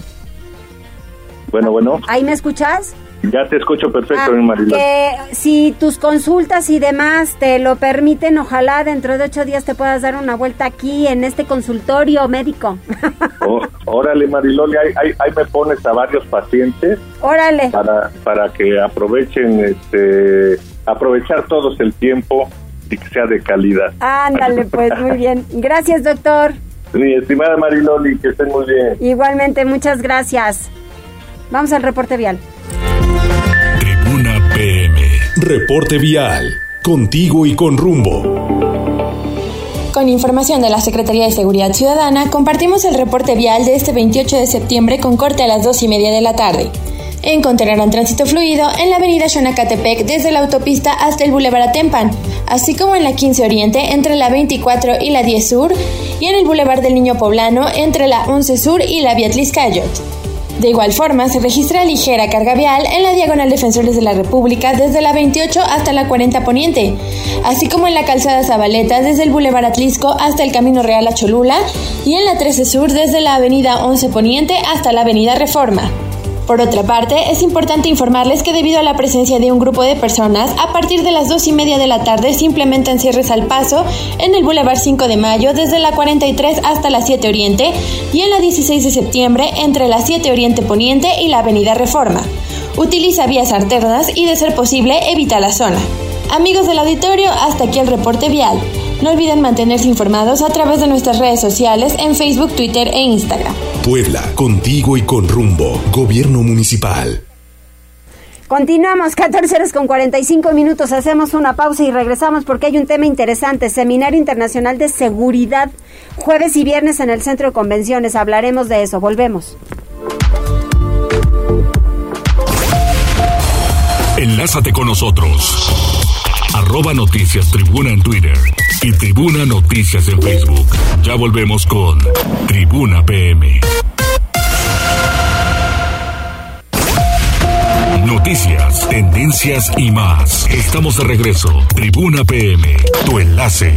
¿Ahí me escuchas? Ya te escucho perfecto, Mariloli. Que si tus consultas y demás te lo permiten, ojalá dentro de 8 días te puedas dar una vuelta aquí en este consultorio médico. Órale, Mariloli, ahí me pones a varios pacientes. Órale. Para que aprovechen, aprovechar todos el tiempo y que sea de calidad. Ándale, pues muy bien. Gracias, doctor. Mi estimada Mariloli, que estén muy bien. Igualmente, muchas gracias. Vamos al reporte vial. Tribuna PM. Reporte vial. Contigo y con rumbo. Con información de la Secretaría de Seguridad Ciudadana, compartimos el reporte vial de este 28 de septiembre con corte a las 2:30 de la tarde. Encontrarán tránsito fluido en la avenida Xonacatepec desde la autopista hasta el Boulevard Atempan, así como en la 15 Oriente entre la 24 y la 10 Sur, y en el Boulevard del Niño Poblano entre la 11 Sur y la Vía Tliscayot. De igual forma, se registra ligera carga vial en la Diagonal Defensores de la República desde la 28 hasta la 40 Poniente, así como en la calzada Zabaleta desde el Boulevard Atlisco hasta el Camino Real a Cholula, y en la 13 Sur desde la avenida 11 Poniente hasta la avenida Reforma. Por otra parte, es importante informarles que debido a la presencia de un grupo de personas, a partir de las 2:30 de la tarde se implementan cierres al paso en el Boulevard 5 de Mayo desde la 43 hasta la 7 Oriente y en la 16 de septiembre entre la 7 Oriente Poniente y la Avenida Reforma. Utiliza vías alternas y, de ser posible, evita la zona. Amigos del auditorio, hasta aquí el reporte vial. No olviden mantenerse informados a través de nuestras redes sociales en Facebook, Twitter e Instagram. Puebla, contigo y con rumbo. Gobierno Municipal. Continuamos, 14:45. Hacemos una pausa y regresamos porque hay un tema interesante. Seminario Internacional de Seguridad, jueves y viernes en el Centro de Convenciones. Hablaremos de eso. Volvemos. Enlázate con nosotros. @Noticias Tribuna en Twitter y Tribuna Noticias en Facebook. Ya volvemos con Tribuna PM. Noticias, tendencias y más. Estamos de regreso. Tribuna PM, tu enlace.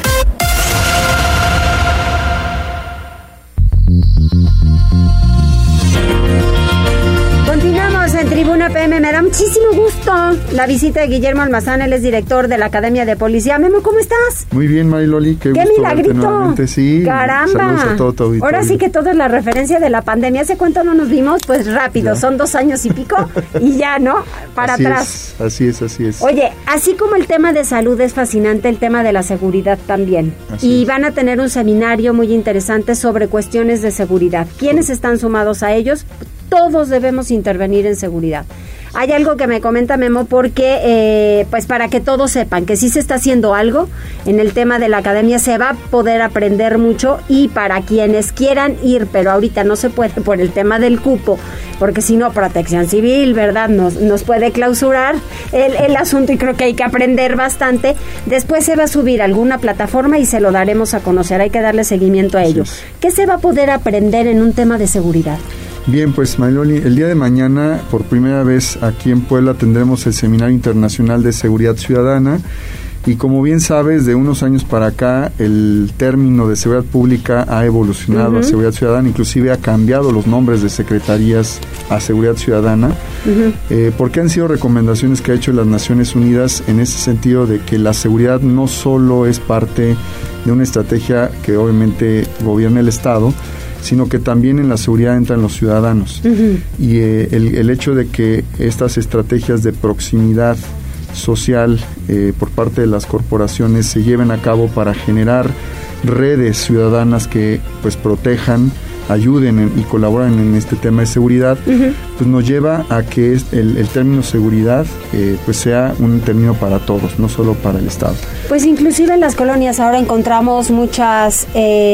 Continuamos en Tribuna PM. Me da muchísimo gusto la visita de Guillermo Almazán. Él es director de la Academia de Policía. Memo, ¿cómo estás? Muy bien, Mariloli. ¡Qué milagrito! Sí, ¡Caramba! Saludos a todo tu auditorio. Ahora sí que todo es la referencia de la pandemia. ¿Hace cuánto no nos vimos? Pues rápido, son 2 años y pico y ya, ¿no? Para así atrás. Así es. Oye, así como el tema de salud es fascinante, el tema de la seguridad también. Y van a tener un seminario muy interesante sobre cuestiones de seguridad. ¿Quiénes están sumados a ellos? Todos debemos intervenir en seguridad. Hay algo que me comenta Memo porque, pues para que todos sepan que sí se está haciendo algo en el tema de la academia, se va a poder aprender mucho y para quienes quieran ir, pero ahorita no se puede por el tema del cupo, porque si no, Protección Civil, ¿verdad? Nos puede clausurar el asunto y creo que hay que aprender bastante. Después se va a subir a alguna plataforma y se lo daremos a conocer, hay que darle seguimiento a ello. ¿Qué se va a poder aprender en un tema de seguridad? Bien, pues Mariloli, el día de mañana, por primera vez aquí en Puebla, tendremos el Seminario Internacional de Seguridad Ciudadana. Y como bien sabes, de unos años para acá, el término de seguridad pública ha evolucionado a seguridad ciudadana, inclusive ha cambiado los nombres de secretarías a seguridad ciudadana, porque han sido recomendaciones que ha hecho las Naciones Unidas en ese sentido de que la seguridad no solo es parte de una estrategia que obviamente gobierna el Estado, sino que también en la seguridad entran los ciudadanos. Y el hecho de que estas estrategias de proximidad social por parte de las corporaciones se lleven a cabo para generar redes ciudadanas que pues protejan, ayuden y colaboran en este tema de seguridad, pues nos lleva a que el término seguridad pues sea un término para todos, no solo para el Estado. Pues inclusive en las colonias ahora encontramos muchas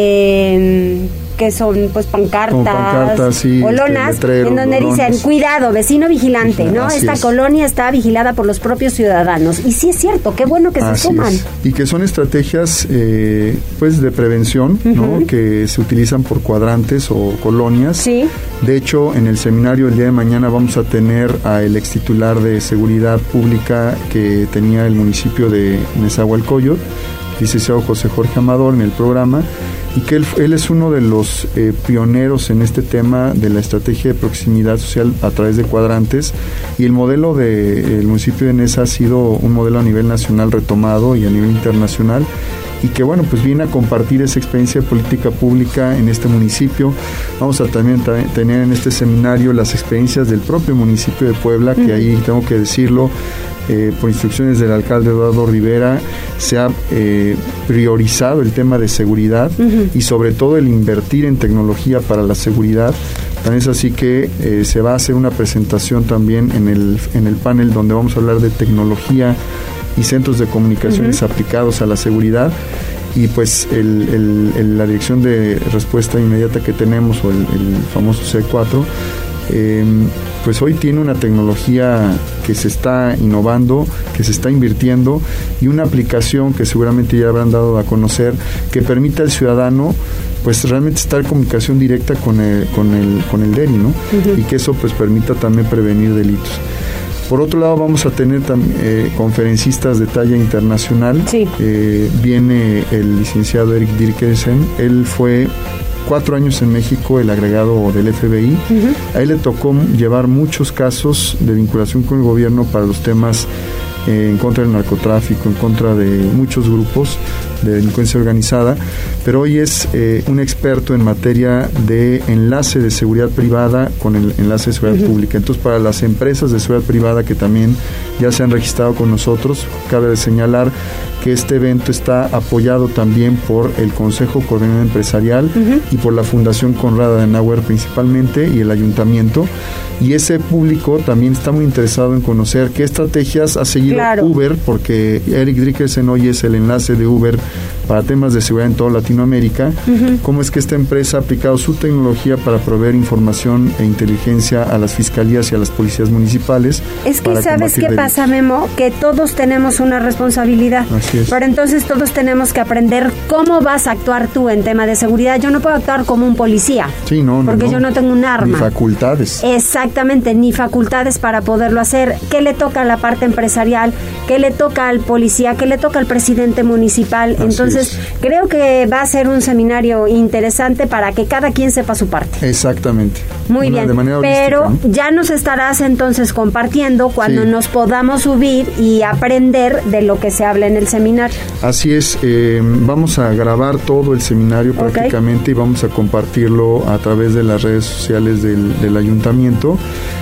que son pues pancartas sí, o lonas, en donde dicen cuidado, vecino vigilante, ¿no? Esta colonia está vigilada por los propios ciudadanos. Y sí es cierto, qué bueno que se suman. Y que son estrategias pues de prevención, ¿no? Que se utilizan por cuadrantes o colonias. Sí. De hecho, en el seminario el día de mañana vamos a tener al ex titular de Seguridad Pública que tenía el municipio de Nezahualcóyotl, licenciado José Jorge Amador, en el programa, y que él es uno de los pioneros en este tema de la estrategia de proximidad social a través de cuadrantes, y el modelo del municipio de Neza ha sido un modelo a nivel nacional retomado y a nivel internacional, y que bueno, pues viene a compartir esa experiencia de política pública en este municipio. Vamos a también tener en este seminario las experiencias del propio municipio de Puebla, que ahí tengo que decirlo, por instrucciones del alcalde Eduardo Rivera, se ha priorizado el tema de seguridad y sobre todo el invertir en tecnología para la seguridad. Tan es así que se va a hacer una presentación también en el panel donde vamos a hablar de tecnología y centros de comunicaciones aplicados a la seguridad. Y pues la dirección de respuesta inmediata que tenemos, o el famoso C4, pues hoy tiene una tecnología que se está innovando, que se está invirtiendo, y una aplicación que seguramente ya habrán dado a conocer, que permite al ciudadano pues realmente estar en comunicación directa con el DERI, ¿no? Y que eso pues permita también prevenir delitos. Por otro lado, vamos a tener conferencistas de talla internacional. Viene el licenciado Eric Dirksen. Él fue 4 años en México, el agregado del FBI. A él le tocó llevar muchos casos de vinculación con el gobierno para los temas en contra del narcotráfico, en contra de muchos grupos de delincuencia organizada, pero hoy es un experto en materia de enlace de seguridad privada con el enlace de seguridad pública. Entonces, para las empresas de seguridad privada que también ya se han registrado con nosotros, cabe señalar que este evento está apoyado también por el Consejo Coordinador Empresarial y por la Fundación Konrad Adenauer principalmente y el Ayuntamiento, y ese público también está muy interesado en conocer qué estrategias ha seguido Uber, porque Eric Dickerson hoy es el enlace de Uber para temas de seguridad en toda Latinoamérica. Cómo es que esta empresa ha aplicado su tecnología para proveer información e inteligencia a las fiscalías y a las policías municipales. Es que ¿sabes qué pasa, Memo? Que todos tenemos una responsabilidad. Así es. Pero entonces todos tenemos que aprender cómo vas a actuar tú en tema de seguridad. Yo no puedo actuar como un policía. Sí, porque yo no tengo un arma. Ni facultades. Exactamente, ni facultades para poderlo hacer. ¿Qué le toca a la parte empresarial? ¿Qué le toca al policía? ¿Qué le toca al presidente municipal? Entonces, creo que va a ser un seminario interesante para que cada quien sepa su parte. Exactamente. Muy bien, pero ya nos estarás entonces compartiendo cuando nos podamos subir y aprender de lo que se habla en el seminario. Así es, vamos a grabar todo el seminario prácticamente y vamos a compartirlo a través de las redes sociales del ayuntamiento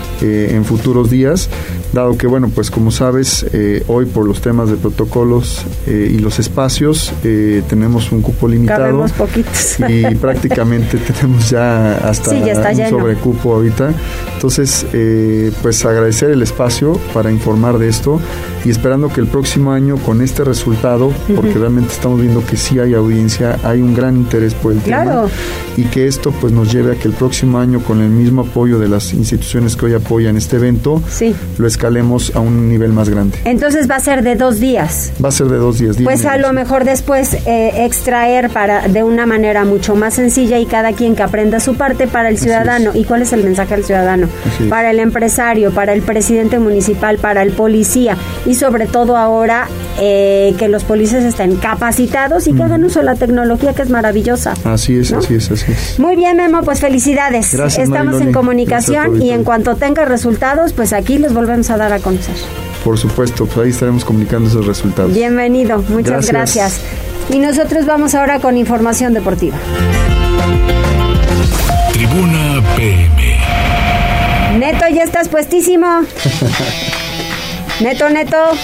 en futuros días, dado que, bueno, pues como sabes, hoy por los temas de protocolos y los espacios, tenemos un cupo limitado. Cabemos poquitos. Y prácticamente tenemos ya hasta un sobrecupo ahorita. Entonces, pues agradecer el espacio para informar de esto y esperando que el próximo año con este resultado, porque realmente estamos viendo que sí hay audiencia, hay un gran interés por el tema, y que esto pues nos lleve a que el próximo año, con el mismo apoyo de las instituciones que hoy apoyan este evento, lo escalemos a un nivel más grande. Entonces va a ser de 2 días. Va a ser de 2 días. Pues a lo mejor después extraer de una manera mucho más sencilla y cada quien que aprenda su parte para el ciudadano. ¿Y cuál es el mensaje al ciudadano? Para el empresario, para el presidente municipal, para el policía y sobre todo ahora que los policías estén capacitados y que hagan uso de la tecnología, que es maravillosa. Así es, así es. Muy bien, Memo, pues felicidades. Gracias, estamos Mariloli. En comunicación y en cuanto tenga resultados, pues aquí los volvemos a dar a conocer. Por supuesto, pues ahí estaremos comunicando esos resultados. Bienvenido, muchas gracias. Y nosotros vamos ahora con información deportiva. Tribuna PM. Neto, ¿ya estás puestísimo? Neto.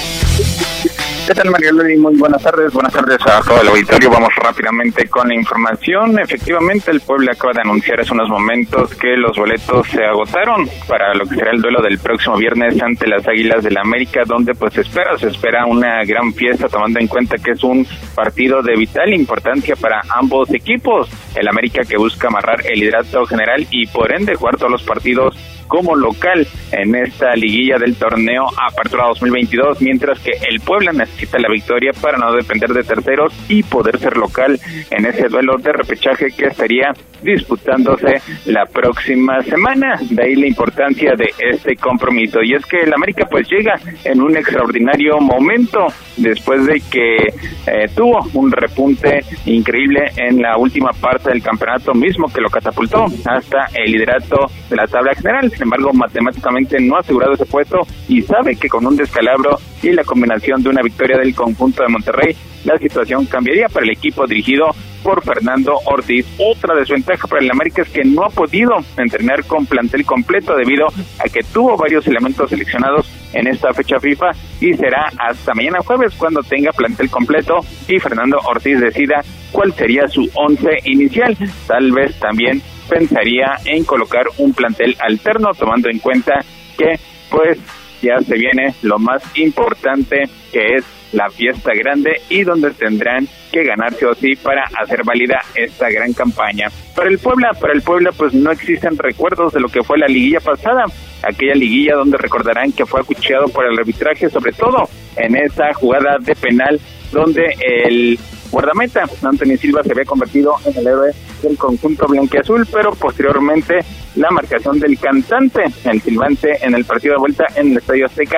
¿Qué tal, Mariloli? Muy buenas tardes a todo el auditorio. Vamos rápidamente con la información. Efectivamente, el Puebla acaba de anunciar hace unos momentos que los boletos se agotaron para lo que será el duelo del próximo viernes ante las Águilas del América, donde pues se espera una gran fiesta, tomando en cuenta que es un partido de vital importancia para ambos equipos. El América, que busca amarrar el liderato general y por ende jugar todos los partidos como local en esta liguilla del torneo Apertura 2022, mientras que el Puebla necesita la victoria para no depender de terceros y poder ser local en ese duelo de repechaje que estaría disputándose la próxima semana. De ahí la importancia de este compromiso. Y es que el América pues llega en un extraordinario momento después de que tuvo un repunte increíble en la última parte del campeonato mismo, que lo catapultó hasta el liderato de la tabla general. Sin embargo, matemáticamente no ha asegurado ese puesto y sabe que con un descalabro y la combinación de una victoria del conjunto de Monterrey, la situación cambiaría para el equipo dirigido por Fernando Ortiz. Otra desventaja para el América es que no ha podido entrenar con plantel completo debido a que tuvo varios elementos seleccionados en esta fecha FIFA y será hasta mañana jueves cuando tenga plantel completo y Fernando Ortiz decida cuál sería su 11 inicial. Tal vez también pensaría en colocar un plantel alterno, tomando en cuenta que pues ya se viene lo más importante, que es la fiesta grande y donde tendrán que ganarse o sí para hacer válida esta gran campaña. Para el Puebla pues no existen recuerdos de lo que fue la liguilla pasada, aquella liguilla donde recordarán que fue acuchillado por el arbitraje, sobre todo en esa jugada de penal donde el guardameta Anthony Silva se había convertido en el héroe del conjunto blanquiazul, pero posteriormente la marcación del cantante, el silbante, en el partido de vuelta en el Estadio Azteca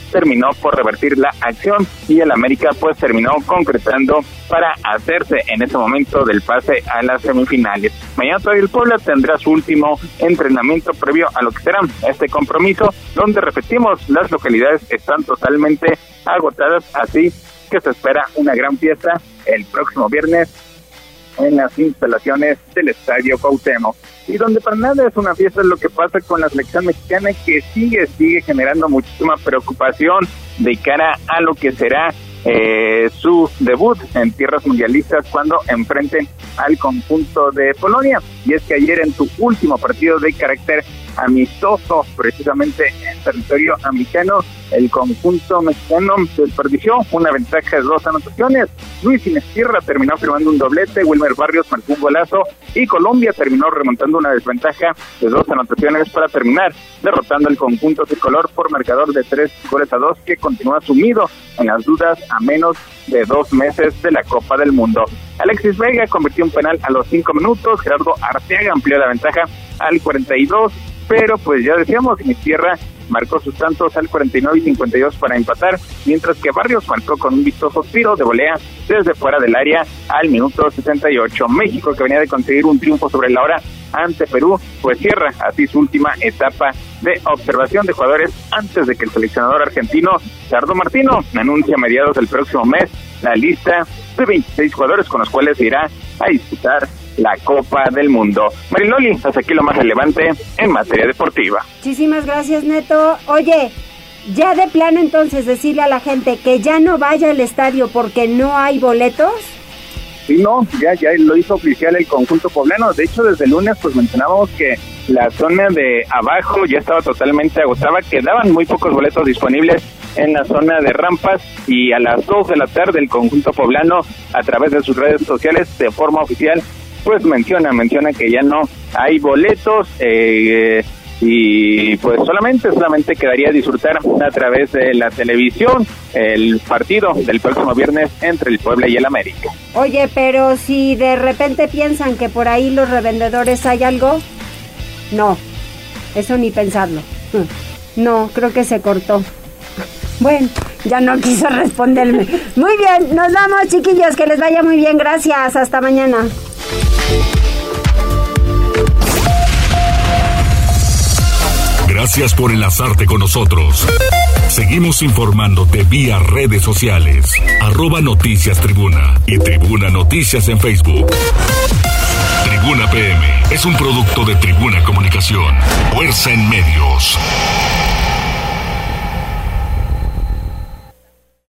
terminó por revertir la acción y el América pues terminó concretando para hacerse en ese momento del pase a las semifinales. Mañana todavía el Puebla tendrá su último entrenamiento previo a lo que será este compromiso, donde repetimos, las localidades están totalmente agotadas, así que se espera una gran fiesta el próximo viernes en las instalaciones del Estadio Cuauhtémoc. Y donde para nada es una fiesta es lo que pasa con la selección mexicana, que sigue generando muchísima preocupación de cara a lo que será su debut en tierras mundialistas cuando enfrenten al conjunto de Polonia. Y es que ayer en su último partido de carácter amistoso, precisamente en territorio americano, el conjunto mexicano desperdició una ventaja de 2 anotaciones. Luis Inestierra terminó firmando un doblete, Wilmer Barrios marcó un golazo y Colombia terminó remontando una desventaja de 2 anotaciones para terminar derrotando al conjunto tricolor por marcador de 3-2, que continúa sumido en las dudas a menos de 2 meses de la Copa del Mundo. Alexis Vega convirtió un penal a los 5 minutos, Gerardo Arteaga amplió la ventaja al 42, pero pues ya decíamos, Inestierra marcó sus tantos al 49 y 52 para empatar, mientras que Barrios marcó con un vistoso tiro de volea desde fuera del área al minuto 68. México, que venía de conseguir un triunfo sobre la hora ante Perú, pues cierra así su última etapa de observación de jugadores antes de que el seleccionador argentino Gerardo Martino anuncie a mediados del próximo mes la lista de 26 jugadores con los cuales se irá a disputar la Copa del Mundo. Mariloli, hasta aquí lo más relevante en materia deportiva. Muchísimas gracias, Neto. Oye, ya de plano entonces decirle a la gente que ya no vaya al estadio porque no hay boletos. Sí, no, ya lo hizo oficial el conjunto poblano. De hecho, desde el lunes pues mencionábamos que la zona de abajo ya estaba totalmente agotada, quedaban muy pocos boletos disponibles en la zona de rampas, y a las 2 de la tarde el conjunto poblano, a través de sus redes sociales, de forma oficial, pues menciona que ya no hay boletos, y pues solamente quedaría disfrutar a través de la televisión el partido del próximo viernes entre el Puebla y el América. Oye, pero si de repente piensan que por ahí los revendedores hay algo, no, eso ni pensarlo. No, creo que se cortó. Bueno, ya no quiso responderme. Muy bien, nos vamos, chiquillos, que les vaya muy bien, gracias, hasta mañana. Gracias por enlazarte con nosotros. Seguimos informándote vía redes sociales. @Noticias Tribuna y Tribuna Noticias en Facebook. Tribuna PM es un producto de Tribuna Comunicación. Fuerza en Medios.